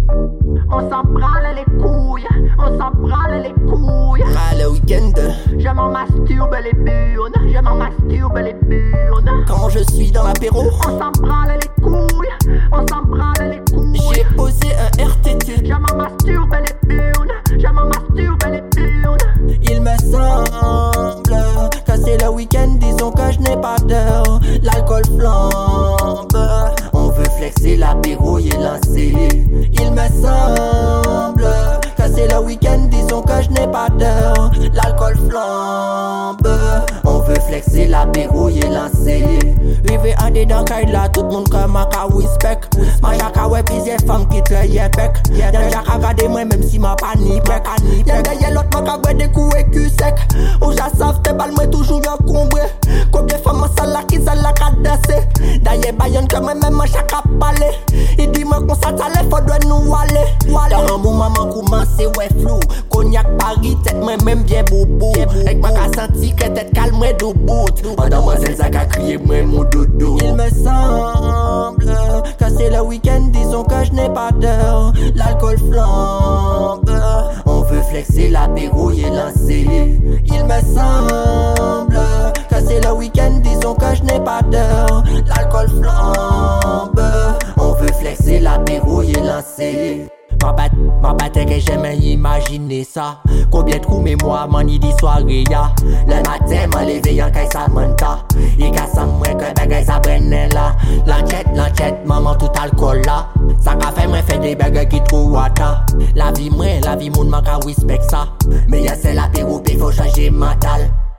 On s'en prale les couilles, on s'en prale les couilles. Le week-end, je m'en masturbe les burnes, je m'en masturbe les burnes. Quand je suis dans l'apéro, on s'en prale les couilles, on s'en prale les couilles. J'ai posé un RTT, je m'en masturbe les burnes, je m'en masturbe les burnes. Il me semble que c'est le week-end, disons que je n'ai pas d'heure. L'alcool flambe, on veut flexer l'apéro et lancer. Il me semble que c'est le week-end, disons que je n'ai pas d'heure. L'alcool flambe, on veut flexer l'apéro et lancer. Rive en dedans caille là, tout le monde comme un ka respect. Ma chaka ouais plusieurs femmes qui trahissent bec. Y'en chaka regardez moi même si ma pas ni bec. Y'en d'ailleurs l'autre ma ka ouais des coups et cul sec. Ou j'assave tes balles moi toujours y'en combré. Combien de femmes ça là qui ça là qu'à danser. D'ailleurs bayon que moi même ma chaka parler. Il dit moi qu'on s'attale faudrait nous aller. Dans mon maman commence ouais flou. Cognac Paris tête moi même bien bobo. Avec ma ka senti que tête calme moi debout. Mademoiselle ça ka crier moi mon dodo. Il me semble que c'est le week-end, disons que je n'ai pas d'heure. L'alcool flambe, on veut flexer l'apéro et lancer. Il me semble que c'est le week-end, disons que je n'ai pas d'heure. L'alcool flambe, on veut flexer l'apéro et lancer. Ma bataille que jamais imaginé ça. Combien de coups mais moi mani di soirée ya. Le matin m'a levé en caille sa manta. Il casse moi que bagay sa brenne là. L'enquête, maman tout alcool là. Ça qu'a fait moi fait des bagay qui trop wata. La vie moun man ka respect ça. Mais y'a c'est l'apéro il faut changer mental.